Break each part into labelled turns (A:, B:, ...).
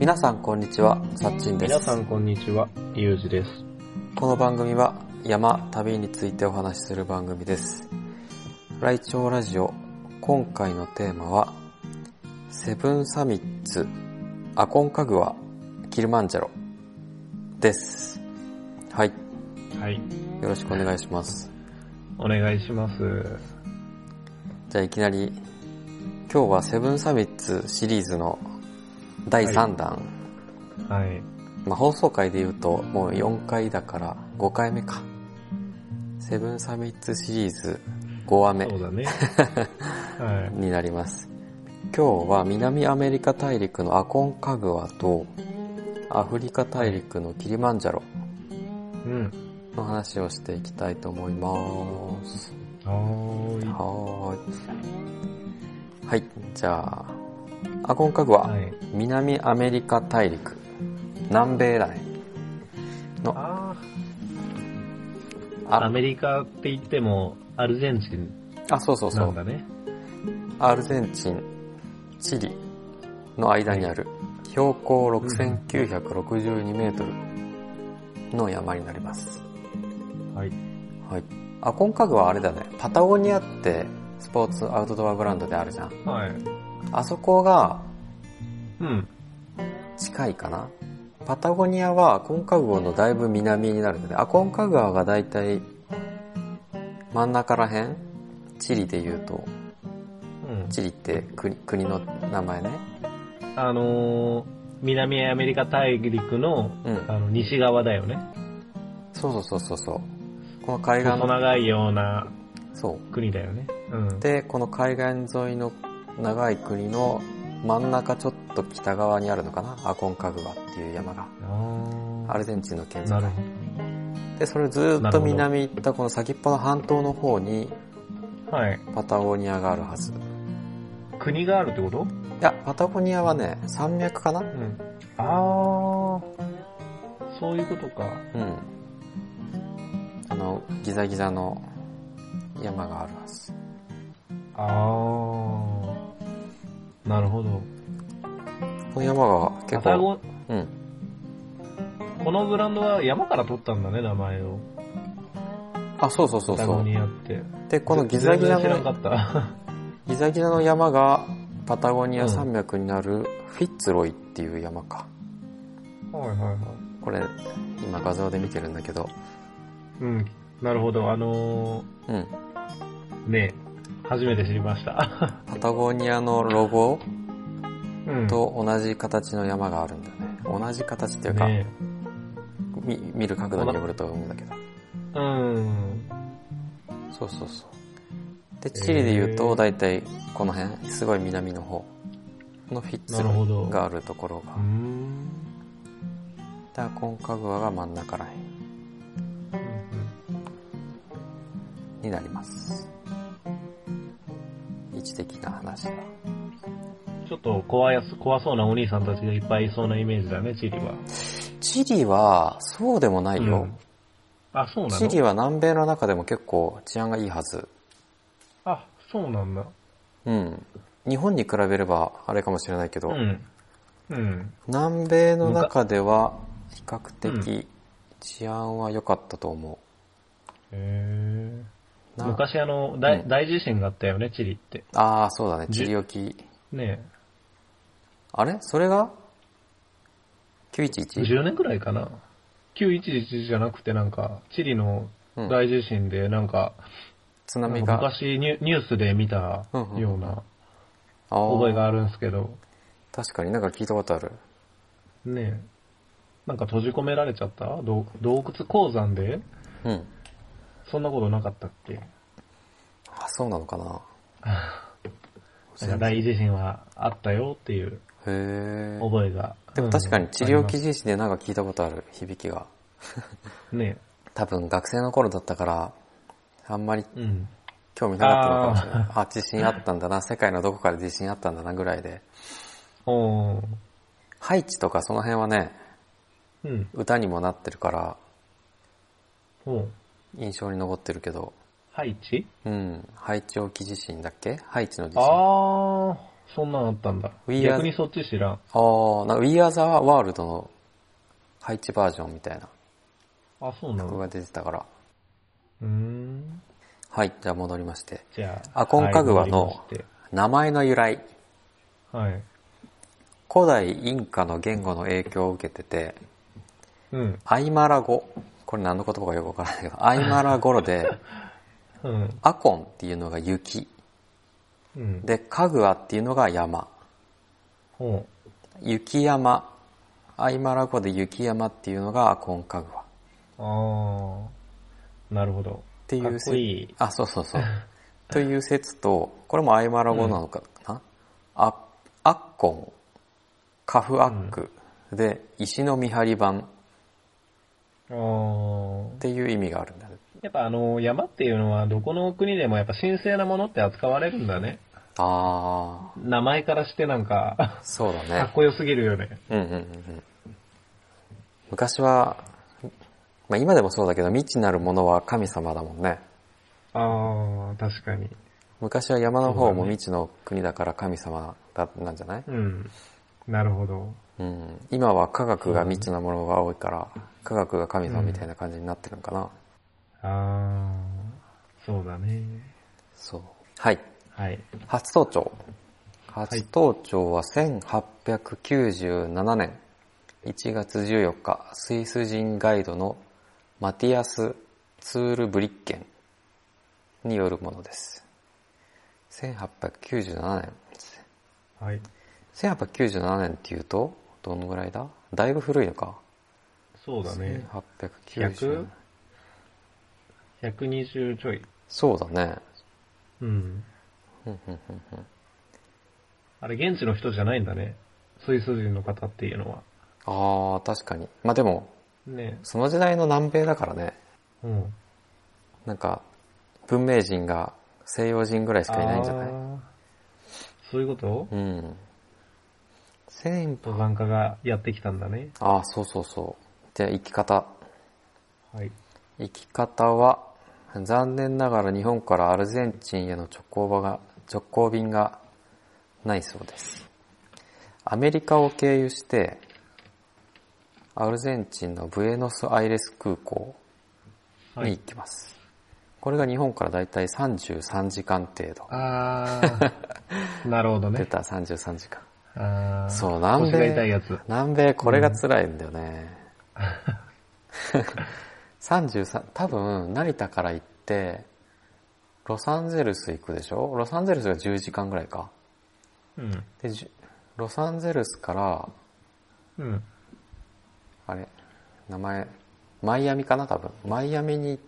A: 皆さんこんにちは、さっちんです。
B: 皆さんこんにちは、ゆうじです。
A: この番組は山、旅についてお話しする番組です。ライチョウラジオ、今回のテーマはセブンサミッツ、アコンカグア、キルマンジャロです。はい。
B: はい。
A: よろしくお願いします。
B: お願いします。
A: じゃあいきなり、今日はセブンサミッツシリーズの第3弾。
B: はい。
A: 放送回で言うともう4回だから5回目か。セブンサミッツシリーズ5話目。
B: そうだね。はい。
A: になります。今日は南アメリカ大陸のアコンカグアとアフリカ大陸のキリマンジャロの話をしていきたいと思います。はい。じゃあアコンカグア、はい、南アメリカ大陸南米らへんの
B: アメリカって言ってもアルゼンチンなんだね。
A: アルゼンチン、チリの間にある標高6962メートルの山になります。
B: はい。
A: はい。アコンカグアはあれだね、パタゴニアってスポーツアウトドアブランドであるじゃん。
B: はい。
A: あそこが近いかな。パタゴニアはアコンカグアのだいぶ南になるので、アコンカグアがだいたい真ん中らへん、チリで言うと、チリって国の名前ね。
B: 南アメリカ大陸の、西側だよね。
A: そう。この海岸
B: 細長いような国だよね。
A: で、この海岸沿いの長い国の真ん中ちょっと北側にあるのかな、アコンカグアっていう山が。アルゼンチンの県境。で、それをずっと南行ったこの先っぽの半島の方に、パタゴニアがあるはず。
B: 国があるってこと？
A: いや、パタゴニアはね、山脈かな？
B: そういうことか。
A: ギザギザの山があるはず。
B: なるほど。
A: この山が結構、
B: このブランドは山から取ったんだね、名前を。
A: そう。
B: パタゴニアって。
A: で、このギザギザ
B: 知らなかった
A: ギザギザの山がパタゴニア山脈になるフィッツロイっていう山か。これ今画像で見てるんだけど。
B: なるほど。ねえ、初めて知りました。
A: パタゴニアのロゴと同じ形の山があるんだよね。同じ形っていうか、見る角度によると思うんだけど。そう。で、チリで言うと大体この辺、すごい南の方のフィッツロイがあるところが。で、アコンカグアが真ん中らへんになります。位置的な話だ。
B: ちょっと怖そうなお兄さんたちがいっぱいいそうなイメージだね、チリは。
A: チリはそうでもないよ。
B: そうなの？
A: チリは南米の中でも結構治安がいいはず。
B: そうなんだ。
A: 日本に比べればあれかもしれないけど、南米の中では比較的治安は良かったと思う。
B: 昔大地震があったよね、チリって。
A: そうだね、チリ沖。あれそれが 911？
B: 10年くらいかな。911じゃなくてチリの大地震で
A: 津波が。
B: 昔ニュースで見たような覚えがあるんですけど。
A: 確かに聞いたことある。
B: 閉じ込められちゃった洞窟鉱山でそんなことなかったっけ？
A: そうなのかな。
B: 大地震はあったよっていう覚えが。
A: でも確かにチリ沖地震で聞いたことある、響きが。多分学生の頃だったからあんまり興味なかったのかもしれない。地震あったんだな、世界のどこかで地震あったんだなぐらいで。ハイチとかその辺はね、歌にもなってるから印象に残ってるけど。
B: ハイチ？
A: ハイチ沖地震だっけ？ハイチの地震。
B: そんなんあったんだ。
A: We are...
B: 逆にそっち知らん。
A: なんか We Are the World のハイチバージョンみたいな。
B: あ、そうなの？
A: 曲が出てたから。
B: はい、
A: じゃあ戻りまして。
B: じゃ
A: あ、アコンカグアの名前の由来。
B: はい。
A: 古代インカの言語の影響を受けてて、アイマラ語。これ何の言葉かよくわからないけど、アイマラ語で、アコンっていうのが雪。で、カグアっていうのが山。雪山。アイマラ語で雪山っていうのがアコンカグ
B: ア。なるほど。
A: っていう
B: かっこいい。
A: あ、そう。という説と、これもアイマラ語なのかな、アッコン、カフアックで石の見張り板っていう意味があるんだね。
B: やっぱ山っていうのはどこの国でもやっぱ神聖なものって扱われるんだね。名前からしてなんか
A: そうだね。
B: かっこよすぎるよね。
A: 昔は、まあ今でもそうだけど未知なるものは神様だもんね。
B: 確かに。
A: 昔は山の方も未知の国だから神様なんじゃない？
B: なるほど。
A: 今は科学が未知なものが多いから、科学が神様みたいな感じになってるのかな。
B: そうだね。
A: そう。はい。初登頂。初登頂は1897年1月14日、スイス人ガイドのマティアス・ツールブリッケンによるものです。1897年ですね。
B: はい。
A: 1897年っていうと、どのぐらいだ？だいぶ古いのか。
B: そうだね。
A: 1890。
B: 120ちょい。
A: そうだね。
B: あれ、現地の人じゃないんだね。スイス人の方っていうのは。
A: 確かに。まあでも、その時代の南米だからね。なんか、文明人が西洋人ぐらいしかいないんじゃない？
B: そういうこと？登山家がやってきたんだね。
A: そう。じゃあ生き方。
B: はい。
A: 生き方は、残念ながら日本からアルゼンチンへの直行便がないそうです。アメリカを経由して、アルゼンチンのブエノスアイレス空港に行きます。これが日本からだいたい33時間程度。
B: なるほどね。
A: 出た、33時間。そう、
B: 腰が痛いやつ。
A: 南米これが辛いんだよね。33、多分成田から行って、ロサンゼルス行くでしょ？ロサンゼルスが10時間ぐらいか。で、ロサンゼルスから、あれ、名前、マイアミかな多分。マイアミに行って、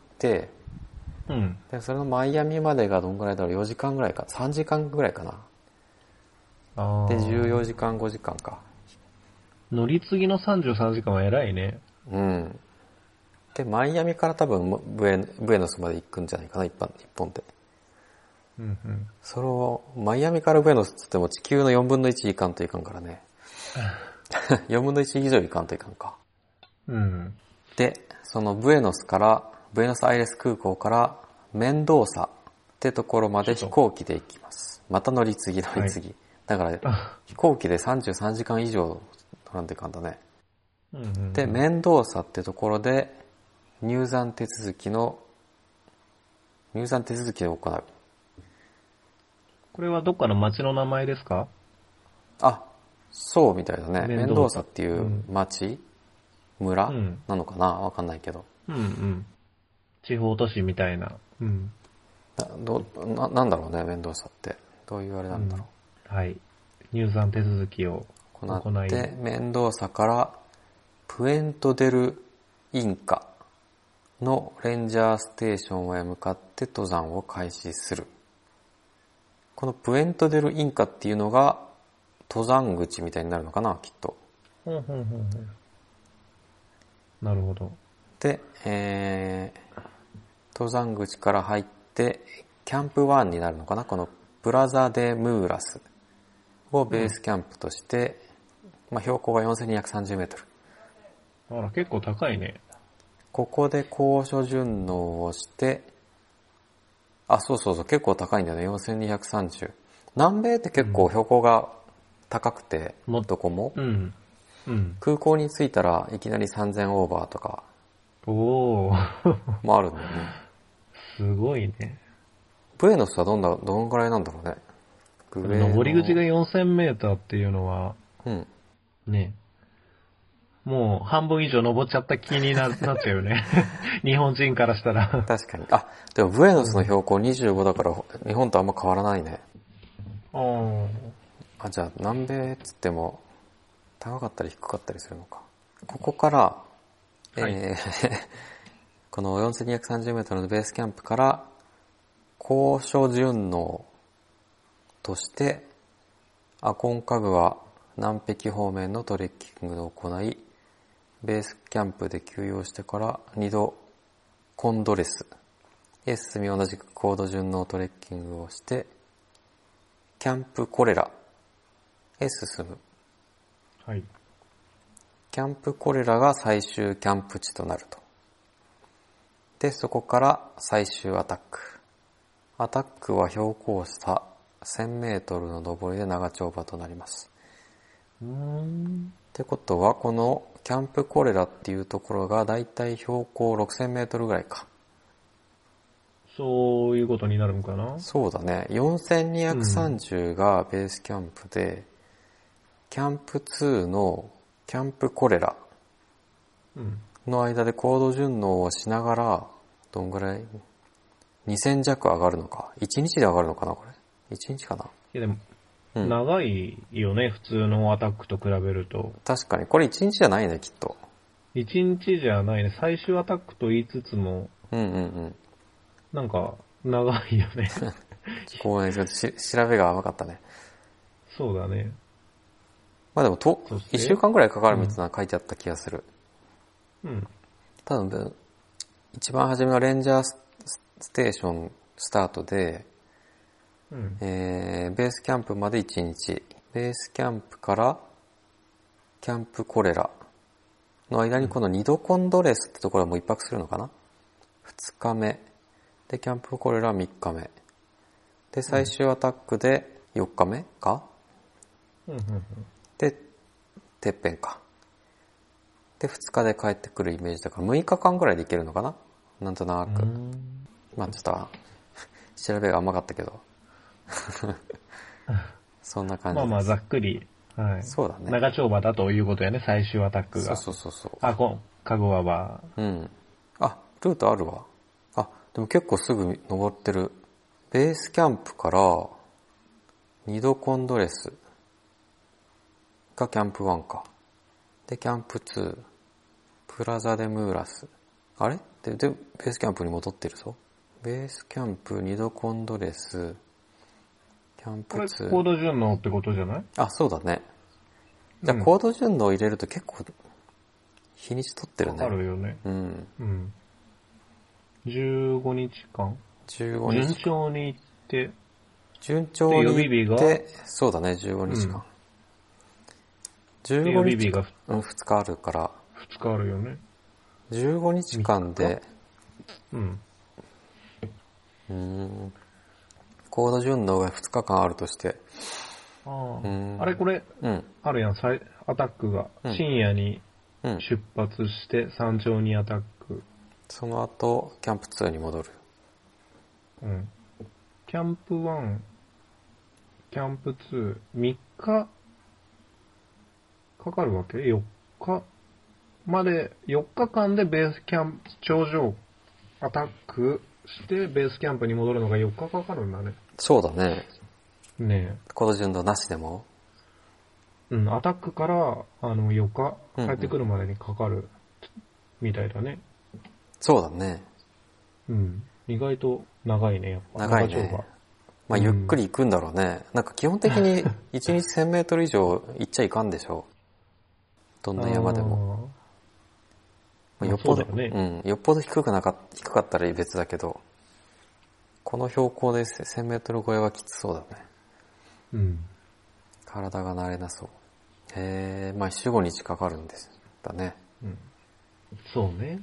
A: で、それのマイアミまでがどんぐらいだろう？ 4 時間ぐらいか。3時間ぐらいかな。で、14時間、5時間か。
B: 乗り継ぎの33時間は偉いね。
A: で、マイアミから多分ブエノスまで行くんじゃないかな、一本で。それを、マイアミからブエノスって言っても地球の4分の1行かんといかんからね。4分の1以上行かんといかんか。で、そのブエノスアイレス空港からメンドーサってところまで飛行機で行きます。また乗り継ぎ。だから飛行機で33時間以上乗らんといかんだね。で、メンドーサってところで入山手続きを行う。
B: これはどっかの町の名前ですか？
A: そうみたいだね。メンドーサっていう町、村、なのかな？わかんないけど。
B: 地方都市みたいな。
A: なんだろうね、メンドーサって。どういうあれなんだろ
B: う。入山手続きを
A: 行って、メンドーサからプエントデルインカのレンジャーステーションへ向かって登山を開始する。このプエントデルインカっていうのが登山口みたいになるのかな、きっと。
B: なるほど。
A: で、登山口から入ってキャンプ1になるのかな、このプラザデムーラスをベースキャンプとして、標高が4230メートル。
B: 結構高いね。
A: ここで高所順応をして、そう、結構高いんだよね、4230。 南米って結構標高が高くて、どこも、空港に着いたらいきなり3000オーバーとかもあるんだよね。
B: すごいね。
A: ブエノスはどのぐらいなんだろうね。
B: 登り口が4000メーターっていうのは、ね、もう半分以上登っちゃった気になっちゃうよね。日本人からしたら。
A: 確かに。あ、でもブエノスの標高25だから日本とあんま変わらないね。じゃあ南米っつっても高かったり低かったりするのか。ここから、この4230メートルのベースキャンプから高所順応としてアコンカグア南壁方面のトレッキングを行い、ベースキャンプで休養してから2度コンドレスへ進み、同じく高度順応トレッキングをしてキャンプコレラへ進む。
B: はい。
A: キャンプコレラが最終キャンプ地となると。で、そこから最終アタック。アタックは標高差1000メートルの上りで長丁場となります。ってことは、このキャンプコレラっていうところがだいたい標高6000メートルぐらいか。
B: そういうことになるのかな？
A: そうだね。4230がベースキャンプで、キャンプ2のキャンプコレラの間で高度順応をしながら、どんぐらい ?2000 弱上がるのか。1日で上がるのかな、これ。1日かな。
B: いやでも、長いよね、普通のアタックと比べると。
A: 確かに。これ1日じゃないね、きっと。
B: 1日じゃないね。最終アタックと言いつつも、なんか、長いよね。
A: ごめん、ちょっと調べが甘かったね。
B: そうだね。
A: まあでも1週間くらいかかるみたいな書いてあった気がする。多分、一番初めのレンジャーステーションスタートで、ベースキャンプまで1日、ベースキャンプからキャンプコレラの間にこの2度コンドレスってところも一泊するのかな。2日目。で、キャンプコレラ3日目。で、最終アタックで4日目か、で、てっぺんか。で、2日で帰ってくるイメージだから6日間ぐらいでいけるのかな、なんとなく。まあちょっと、調べが甘かったけど。そんな感じです。
B: まあざっくり。はい。
A: そうだね。
B: 長丁場だということやね、最終アタックが。
A: そう。
B: カゴアは。
A: あ、ルートあるわ。あ、でも結構すぐ登ってる。ベースキャンプから2度コンドレスがキャンプ1か。で、キャンプ2、プラザデムーラス。あれで、ベースキャンプに戻ってるぞ。ベースキャンプ2度コンドレス、キャンプ2。
B: これ、コード順応ってことじゃない？
A: あ、そうだね。じゃあ、コード順応入れると結構、日にち取ってるね。
B: あるよね。15日間
A: 15日間。
B: 順調に行って。
A: 順調に行って、そうだね、15日間。15日間。2日あるから。
B: 2日あるよね。
A: 15日間で、コード順応が2日間あるとして。
B: あれこれ、あるやん、アタックが。深夜に出発して山頂にアタック。
A: その後、キャンプ2に戻る。
B: キャンプ1、キャンプ2、3日かかるわけ？ 4 日まで、4日間でベースキャンプ、頂上アタックしてベースキャンプに戻るのが4日かかるんだね。
A: そうだね。
B: ねえ。
A: コード順応なしでも？
B: アタックから4日帰ってくるまでにかかるみたいだね。
A: そうだね。
B: 意外と長いね、やっぱ。
A: 長いね。まあ、ゆっくり行くんだろうね。なんか基本的に1日1000メートル以上行っちゃいかんでしょ。どんな山でも。よっぽど、よっぽど低かったら別だけど、この標高で1000メートル超えはきつそうだね。体が慣れなそう。まあ4、5日かかるんです。だね。
B: そうね。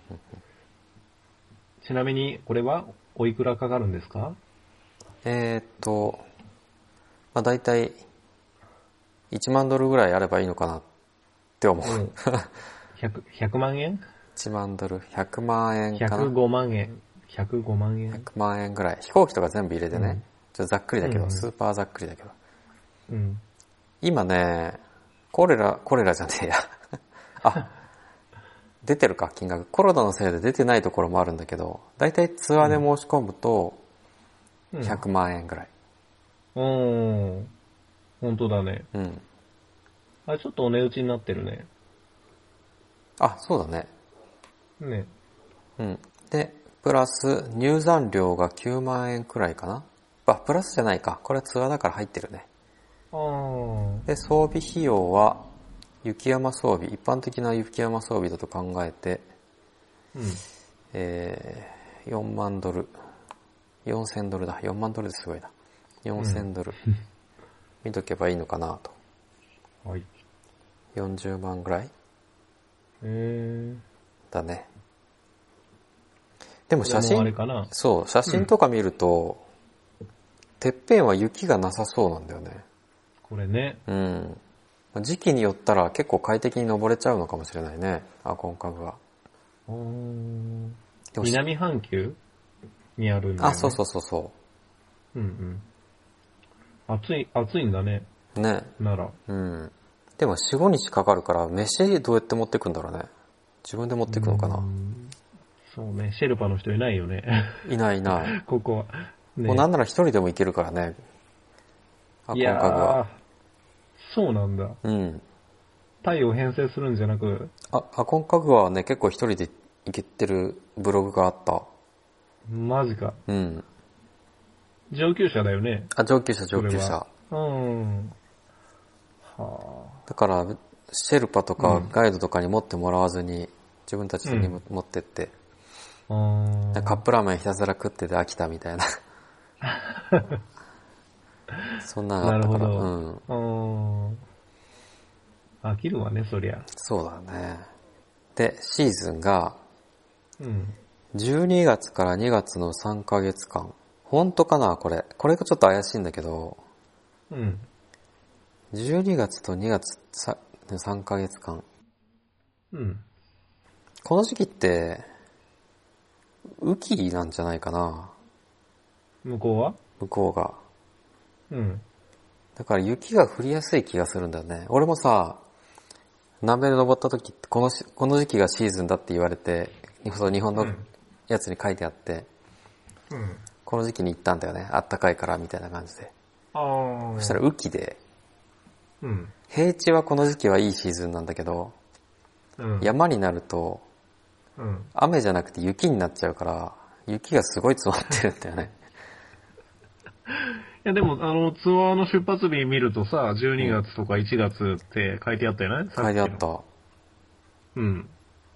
B: ちなみに、これはおいくらかかるんですか？
A: まあだいたい1万ドルぐらいあればいいのかなって思う。
B: 100万円
A: 1 万ドル、100万円かな。
B: 105万円。105万円。
A: 100万円ぐらい。飛行機とか全部入れてね。ちょっとざっくりだけど、
B: うん
A: スーパーざっくりだけど。
B: うん。
A: 今ね、コレラじゃねえや。あ、出てるか、金額。コロナのせいで出てないところもあるんだけど、だいたいツアーで申し込むと、100万円ぐらい。
B: 本当だね。
A: うん。
B: あれちょっとお値打ちになってるね。
A: あ、そうだね。
B: ね。
A: うん。で、プラス入山料が9万円くらいかな。あ、プラスじゃないか。これはツアーだから入ってるね。で、装備費用は、雪山装備、一般的な雪山装備だと考えて、4万ドル、4000ドルだ。4万ドルですごいな。4000ドル。見とけばいいのかなと。
B: はい。
A: 40万ぐらいだね。でも写真、そう、写真とか見ると、てっぺんは雪がなさそうなんだよね。
B: これね。
A: うん。時期によったら結構快適に登れちゃうのかもしれないね。アコンカグは。
B: 南半球にあるんだよね。
A: あ、そうそうそうそう。
B: 暑いんだね。
A: ね。
B: なら。
A: うん。でも4、5日かかるから、飯どうやって持ってくんだろうね。自分で持ってくのかな。
B: そうね、シェルパの人いないよね。
A: いないいない。
B: ここは。
A: ね、もうなんなら一人でも行けるからね。アコンカグは。
B: そうなんだ。
A: うん。
B: タイを編成するんじゃなく。
A: アコンカグはね、結構一人で行けてるブログがあった。
B: マジか。
A: うん。
B: 上級者だよね。
A: あ、上級者。だから、シェルパとかガイドとかに持ってもらわずに、自分たちに持ってって、カップラーメンひたすら食ってて飽きたみたいな。そんなのあったから。
B: 飽きるわね、そりゃ。
A: そうだね。で、シーズンが、12月から2月の3ヶ月間。本当かなこれ。これがちょっと怪しいんだけど、12月と2月3ヶ月間。この時期って、雨季なんじゃないかな。
B: 向こうは？
A: 向こうが。だから雪が降りやすい気がするんだよね。俺もさ、南米で登った時ってこの時期がシーズンだって言われて、日本のやつに書いてあって、この時期に行ったんだよね。あったかいからみたいな感じで。そしたら雨季で、平地はこの時期はいいシーズンなんだけど、山になると、雨じゃなくて雪になっちゃうから、雪がすごい積もってるんだよね。
B: いやでも、ツアーの出発日見るとさ、12月とか1月って書いてあったよね。
A: 書いてあった。
B: そん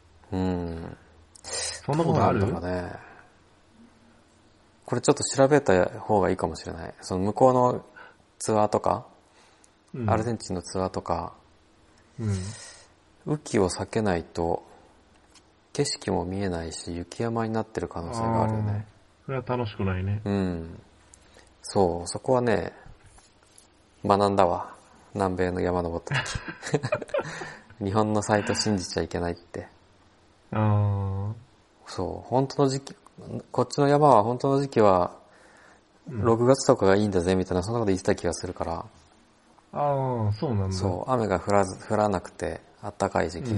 B: なことある？
A: そうなんだろうね。これちょっと調べた方がいいかもしれない。その向こうのツアーとか、アルゼンチンのツアーとか、雨季を避けないと、景色も見えないし、雪山になってる可能性があるよね。
B: それは楽しくないね。
A: そう、そこはね、学んだわ。南米の山登った時。日本のサイト信じちゃいけないって。そう、本当の時期、こっちの山は本当の時期は、6月とかがいいんだぜみたいな、そんなこと言ってた気がするから。
B: そうなんだ。
A: そう、雨が降らなくて、暖かい時期。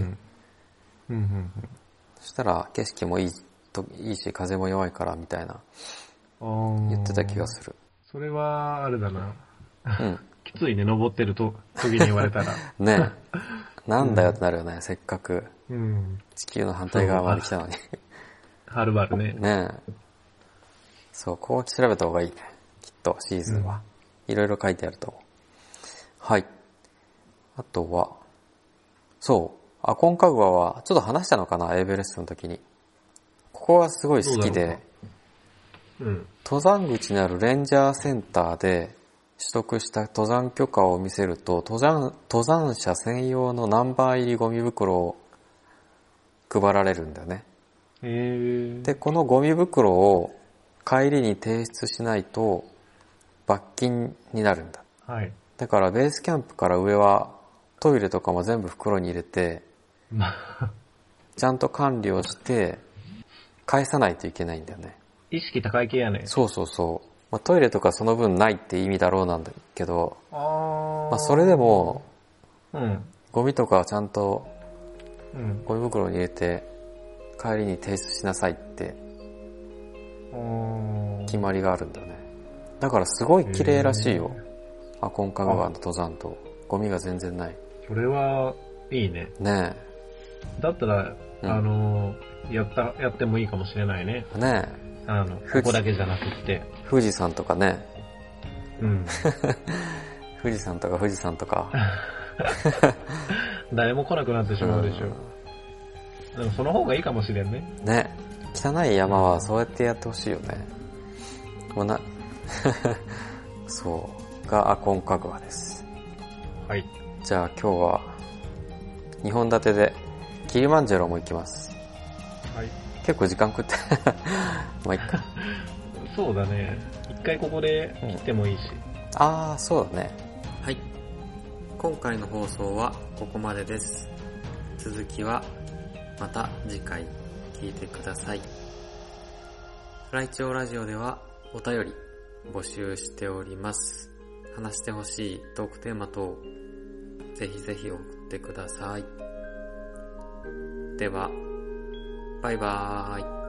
A: そしたら景色もいいし、風も弱いからみたいな、言ってた気がする。
B: それは、あれだな。きついね、登ってると、時に言われたら。
A: ねえ。なんだよってなるよね、せっかく。地球の反対側まで来たのに。
B: はるばるね。
A: ねえ。そう、こう調べた方がいいね。きっと、シーズンは。いろいろ書いてあると思う。はい。あとは、そう、アコンカグアは、ちょっと話したのかな、エベレストの時に。ここはすごい好きで、登山口にあるレンジャーセンターで取得した登山許可を見せると、登山者専用のナンバー入りゴミ袋を配られるんだよね。で、このゴミ袋を帰りに提出しないと罰金になるんだ。
B: はい。
A: だからベースキャンプから上はトイレとかも全部袋に入れて、ちゃんと管理をして返さないといけないんだよね。
B: 意識高い系やね。
A: そうそうそう。まあ、トイレとかその分ないって意味だろうなんだけど、まあ、それでも、
B: うん。
A: ゴミとかはちゃんと
B: うん。
A: ゴミ袋に入れて帰りに提出しなさいって決まりがあるんだよね。だからすごい綺麗らしいよ。アコンカグ川の登山道。ゴミが全然ない。
B: それはいいね。
A: ね
B: だったら、やってもいいかもしれないね。
A: え。ねえ。
B: ここだけじゃなくって。
A: 富士山とかね。
B: うん。
A: 富士山とか富士山とか。
B: 誰も来なくなってしまうでしょ。でもその方がいいかもしれんね。
A: ね。汚い山はそうやってやってほしいよね。もうそうがアコンカグアです。
B: はい。
A: じゃあ今日は2本立てでキリマンジャロも行きます。
B: はい。
A: 結構時間食ってまあいっか。
B: そうだね。一回ここで切ってもいいし。
A: ああ、そうだね。はい。今回の放送はここまでです。続きはまた次回聞いてください。フライチョウラジオではお便り募集しております。話してほしいトークテーマ等ぜひぜひ送ってください。では、バイバーイ。